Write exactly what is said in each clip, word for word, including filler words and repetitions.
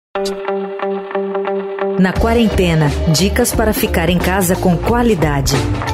Na quarentena, dicas para ficar em casa com qualidade.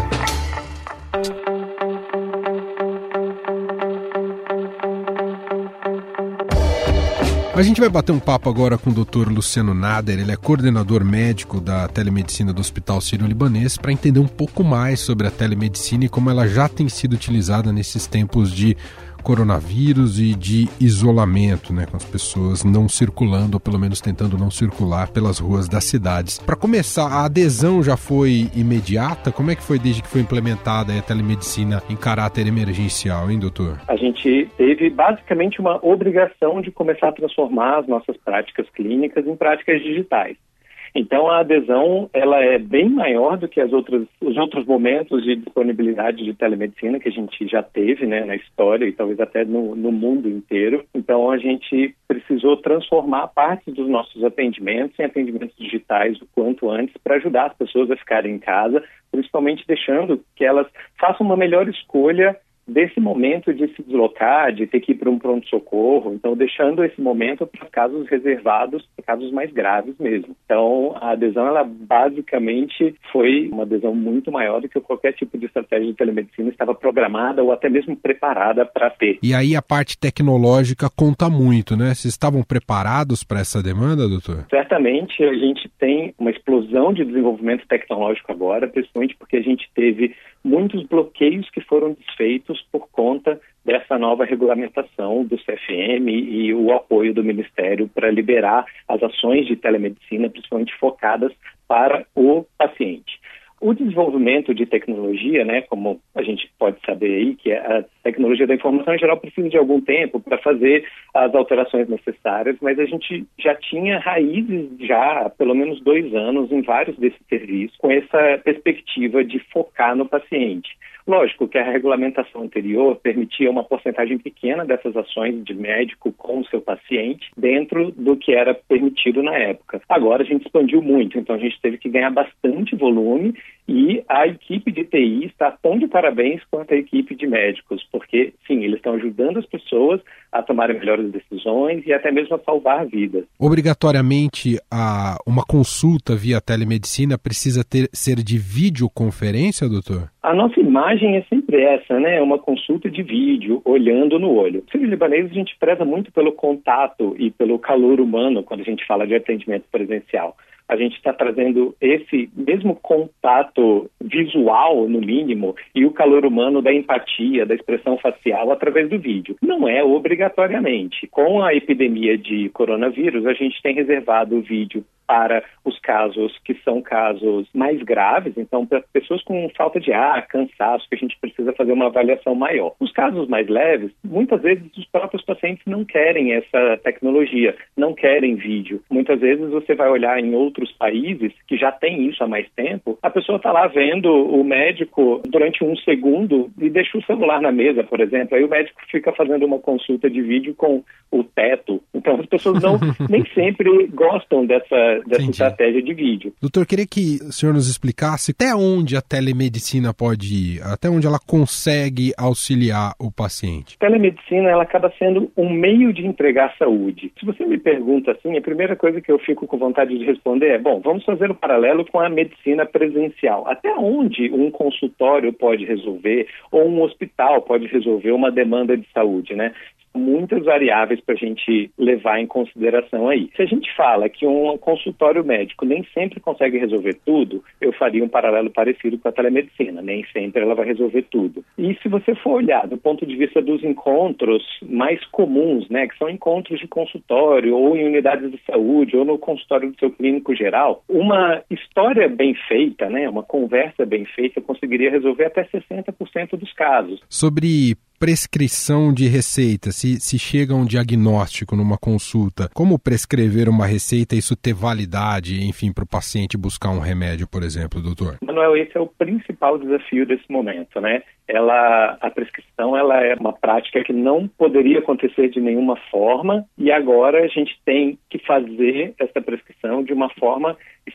A gente vai bater um papo agora com o doutor Luciano Nader, ele é coordenador médico da telemedicina do Hospital Sírio-Libanês, para entender um pouco mais sobre a telemedicina e como ela já tem sido utilizada nesses tempos de coronavírus e de isolamento, né, com as pessoas não circulando, ou pelo menos tentando não circular pelas ruas das cidades. Para começar, a adesão já foi imediata? Como é que foi desde que foi implementada a telemedicina em caráter emergencial, hein, doutor? A gente teve basicamente uma obrigação de começar a transformar as nossas práticas clínicas em práticas digitais. Então, a adesão ela é bem maior do que as outras, os outros momentos de disponibilidade de telemedicina que a gente já teve, né, na história e talvez até no, no mundo inteiro. Então, a gente precisou transformar parte dos nossos atendimentos em atendimentos digitais o quanto antes para ajudar as pessoas a ficarem em casa, principalmente deixando que elas façam uma melhor escolha desse momento de se deslocar, de ter que ir para um pronto-socorro, então deixando esse momento para casos reservados, para casos mais graves mesmo. Então, a adesão, ela basicamente foi uma adesão muito maior do que qualquer tipo de estratégia de telemedicina estava programada ou até mesmo preparada para ter. E aí a parte tecnológica conta muito, né? Vocês estavam preparados para essa demanda, doutor? Certamente, a gente tem uma explosão de desenvolvimento tecnológico agora, principalmente porque a gente teve muitos bloqueios que foram desfeitos por conta dessa nova regulamentação do C F M e o apoio do Ministério para liberar as ações de telemedicina, principalmente focadas para o paciente. O desenvolvimento de tecnologia, né, como a gente pode saber aí, que a tecnologia da informação em geral precisa de algum tempo para fazer as alterações necessárias, mas a gente já tinha raízes já há pelo menos dois anos em vários desses serviços, com essa perspectiva de focar no paciente. Lógico que a regulamentação anterior permitia uma porcentagem pequena dessas ações de médico com o seu paciente dentro do que era permitido na época. Agora a gente expandiu muito, então a gente teve que ganhar bastante volume e a equipe de T I está tão de parabéns quanto a equipe de médicos, porque, sim, eles estão ajudando as pessoas a tomarem melhores decisões e até mesmo a salvar vidas. Obrigatoriamente, a, uma consulta via telemedicina precisa ter, ser de videoconferência, doutor? A nossa imagem é sempre essa, né? Uma consulta de vídeo, olhando no olho. No Sírio-Libanês, a gente preza muito pelo contato e pelo calor humano quando a gente fala de atendimento presencial. A gente está trazendo esse mesmo contato visual, no mínimo, e o calor humano da empatia, da expressão facial através do vídeo. Não é obrigatoriamente. Com a epidemia de coronavírus, a gente tem reservado o vídeo para os casos que são casos mais graves, então para pessoas com falta de ar, cansaço, que a gente precisa fazer uma avaliação maior. Os casos mais leves, muitas vezes os próprios pacientes não querem essa tecnologia, não querem vídeo. Muitas vezes você vai olhar em outros países que já tem isso há mais tempo, a pessoa está lá vendo o médico durante um segundo e deixa o celular na mesa, por exemplo, aí o médico fica fazendo uma consulta de vídeo com o teto. Então as pessoas não, nem sempre gostam dessa dessa Entendi. estratégia de vídeo. Doutor, queria que o senhor nos explicasse até onde a telemedicina pode ir, até onde ela consegue auxiliar o paciente. A telemedicina, ela acaba sendo um meio de entregar saúde. Se você me pergunta assim, a primeira coisa que eu fico com vontade de responder é, bom, vamos fazer um paralelo com a medicina presencial. Até onde um consultório pode resolver ou um hospital pode resolver uma demanda de saúde, né? Muitas variáveis para a gente levar em consideração aí. Se a gente fala que um consultório médico nem sempre consegue resolver tudo, eu faria um paralelo parecido com a telemedicina. Nem sempre ela vai resolver tudo. E se você for olhar do ponto de vista dos encontros mais comuns, né, que são encontros de consultório ou em unidades de saúde ou no consultório do seu clínico geral, uma história bem feita, né, uma conversa bem feita conseguiria resolver até sessenta por cento dos casos. Sobre prescrição de receita, se, se chega a um diagnóstico numa consulta, como prescrever uma receita e isso ter validade, enfim, para o paciente buscar um remédio, por exemplo, doutor? Manuel, esse é o principal desafio desse momento, né? Ela, a prescrição, ela é uma prática que não poderia acontecer de nenhuma forma e agora a gente tem que fazer essa prescrição de uma forma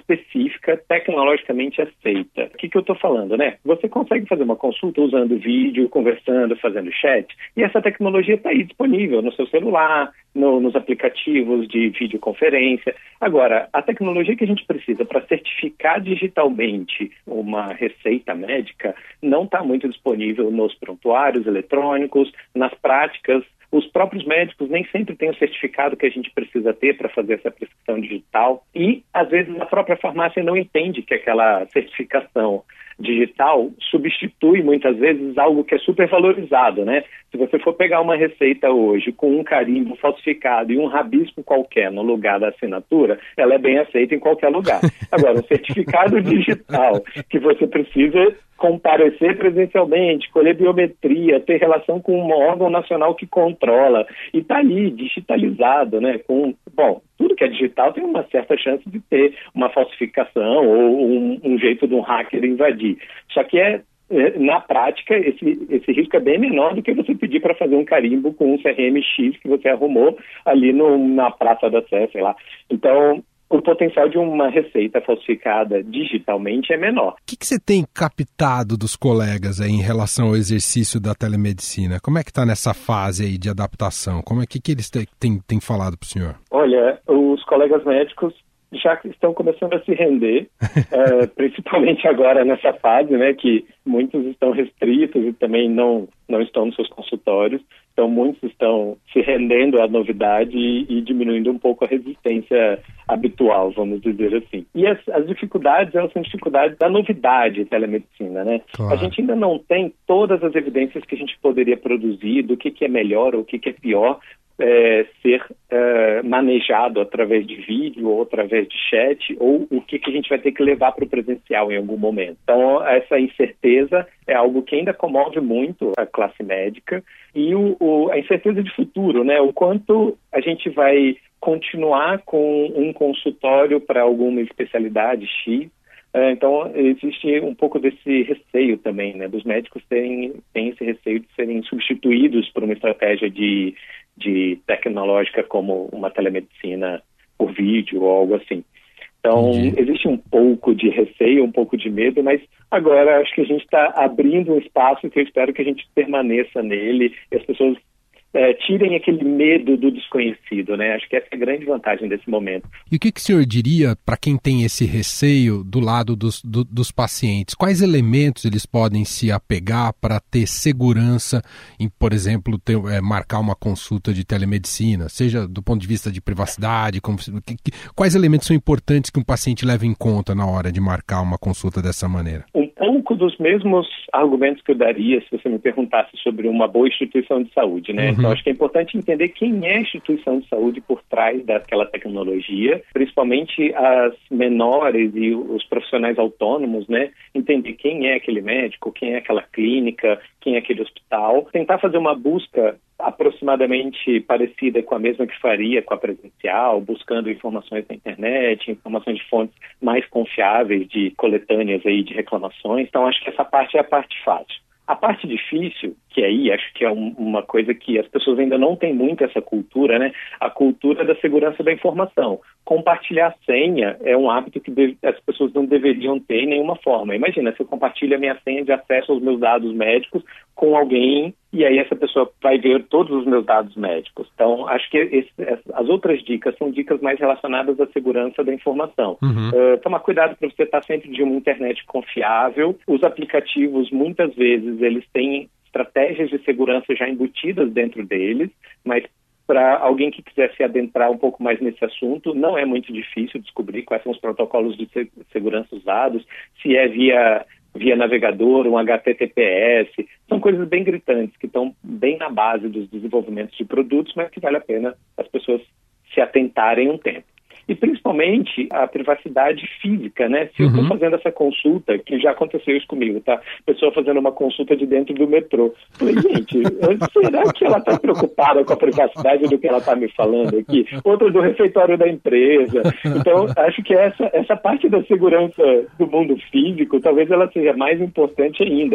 específica, tecnologicamente aceita. O que, que eu estou falando, né? Você consegue fazer uma consulta usando vídeo, conversando, fazendo chat, e essa tecnologia está aí disponível no seu celular, no, nos aplicativos de videoconferência. Agora, a tecnologia que a gente precisa para certificar digitalmente uma receita médica não está muito disponível nos prontuários eletrônicos, nas práticas. Os próprios médicos nem sempre têm o certificado que a gente precisa ter para fazer essa prescrição digital e, às vezes, a própria farmácia não entende que aquela certificação digital substitui, muitas vezes, algo que é super valorizado, né? Se você for pegar uma receita hoje com um carimbo falsificado e um rabisco qualquer no lugar da assinatura, ela é bem aceita em qualquer lugar. Agora, um certificado digital que você precisa comparecer presencialmente, colher biometria, ter relação com um órgão nacional que controla, e está ali, digitalizado, né? Com, bom, tudo que é digital tem uma certa chance de ter uma falsificação ou um, um jeito de um hacker invadir. Só que é, é na prática, esse, esse risco é bem menor do que você pedir para fazer um carimbo com um C R M X que você arrumou ali no, na Praça da Sé, sei lá. Então, o potencial de uma receita falsificada digitalmente é menor. O que, que você tem captado dos colegas aí em relação ao exercício da telemedicina? Como é que está nessa fase aí de adaptação? Como é que, que eles têm, têm, têm falado para o senhor? Olha, os colegas médicos já estão começando a se render, é, principalmente agora nessa fase, né, que muitos estão restritos e também não, não estão nos seus consultórios, então muitos estão se rendendo à novidade e, e diminuindo um pouco a resistência habitual, vamos dizer assim. E as, as dificuldades, elas são dificuldades da novidade telemedicina, né? Claro. A gente ainda não tem todas as evidências que a gente poderia produzir do que, que é melhor ou o que, que é pior, É, ser é, manejado através de vídeo ou através de chat, ou o que, que a gente vai ter que levar para o presencial em algum momento. Então, essa incerteza é algo que ainda comove muito a classe médica e o, o, a incerteza de futuro, né? O quanto a gente vai continuar com um consultório para alguma especialidade X. Então, existe um pouco desse receio também, né? Dos médicos terem, terem esse receio de serem substituídos por uma estratégia de, de tecnológica como uma telemedicina por vídeo ou algo assim. Então, Entendi. Existe um pouco de receio, um pouco de medo, mas agora acho que a gente está abrindo um espaço que eu espero que a gente permaneça nele e as pessoas É, tirem aquele medo do desconhecido, né? Acho que essa é a grande vantagem desse momento. E o que, que o senhor diria para quem tem esse receio do lado dos, do, dos pacientes? Quais elementos eles podem se apegar para ter segurança em, por exemplo, ter, é, marcar uma consulta de telemedicina, seja do ponto de vista de privacidade, como, que, que, quais elementos são importantes que um paciente leve em conta na hora de marcar uma consulta dessa maneira? Um pouco dos mesmos argumentos que eu daria se você me perguntasse sobre uma boa instituição de saúde, né? Uhum. Então, acho que é importante entender quem é a instituição de saúde por trás daquela tecnologia, principalmente as menores e os profissionais autônomos, né? Entender quem é aquele médico, quem é aquela clínica, quem é aquele hospital. Tentar fazer uma busca aproximadamente parecida com a mesma que faria com a presencial, buscando informações na internet, informações de fontes mais confiáveis, de coletâneas aí de reclamações. Então, acho que essa parte é a parte fácil. A parte difícil, que aí acho que é um, uma coisa que as pessoas ainda não têm muito essa cultura, né? A cultura da segurança da informação. Compartilhar senha é um hábito que deve, as pessoas não deveriam ter em nenhuma forma. Imagina, se eu compartilho a minha senha de acesso aos meus dados médicos com alguém e aí essa pessoa vai ver todos os meus dados médicos. Então, acho que esse, as outras dicas são dicas mais relacionadas à segurança da informação. Uhum. Uh, tomar cuidado para você estar sempre de uma internet confiável. Os aplicativos, muitas vezes, eles têm estratégias de segurança já embutidas dentro deles, mas para alguém que quiser se adentrar um pouco mais nesse assunto, não é muito difícil descobrir quais são os protocolos de segurança usados, se é via, via navegador, um H T T P S, são coisas bem gritantes, que estão bem na base dos desenvolvimentos de produtos, mas que vale a pena as pessoas se atentarem um tempo. E principalmente a privacidade física, né? Se eu estou uhum. fazendo essa consulta, que já aconteceu isso comigo, tá? Pessoa fazendo uma consulta de dentro do metrô. Falei, gente, será que ela está preocupada com a privacidade do que ela está me falando aqui? Outra do refeitório da empresa. Então, acho que essa, essa parte da segurança do mundo físico, talvez ela seja mais importante ainda.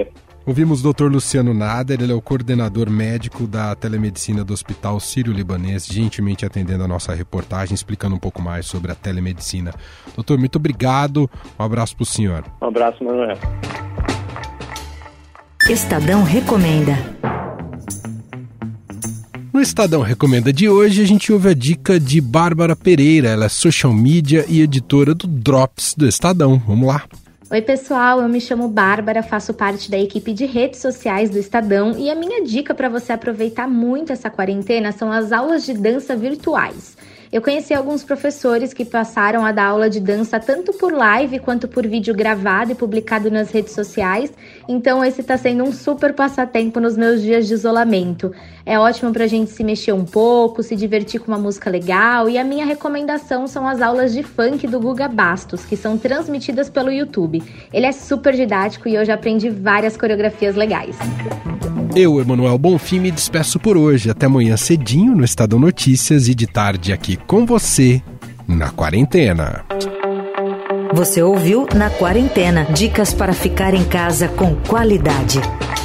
Ouvimos o doutor Luciano Nader, ele é o coordenador médico da telemedicina do Hospital Sírio-Libanês, gentilmente atendendo a nossa reportagem, explicando um pouco mais sobre a telemedicina. Doutor, muito obrigado, um abraço para o senhor. Um abraço, Manuel. Estadão Recomenda. No Estadão Recomenda de hoje, a gente ouve a dica de Bárbara Pereira, ela é social media e editora do Drops do Estadão. Vamos lá. Oi pessoal, eu me chamo Bárbara, faço parte da equipe de redes sociais do Estadão e a minha dica para você aproveitar muito essa quarentena são as aulas de dança virtuais. Eu conheci alguns professores que passaram a dar aula de dança tanto por live quanto por vídeo gravado e publicado nas redes sociais, então esse está sendo um super passatempo nos meus dias de isolamento. É ótimo para a gente se mexer um pouco, se divertir com uma música legal, e a minha recomendação são as aulas de funk do Guga Bastos, que são transmitidas pelo YouTube. Ele é super didático e eu já aprendi várias coreografias legais. Eu, Emanuel Bonfim, me despeço por hoje. Até amanhã cedinho no Estadão Notícias e de tarde aqui com você na Quarentena. Você ouviu Na Quarentena, dicas para ficar em casa com qualidade.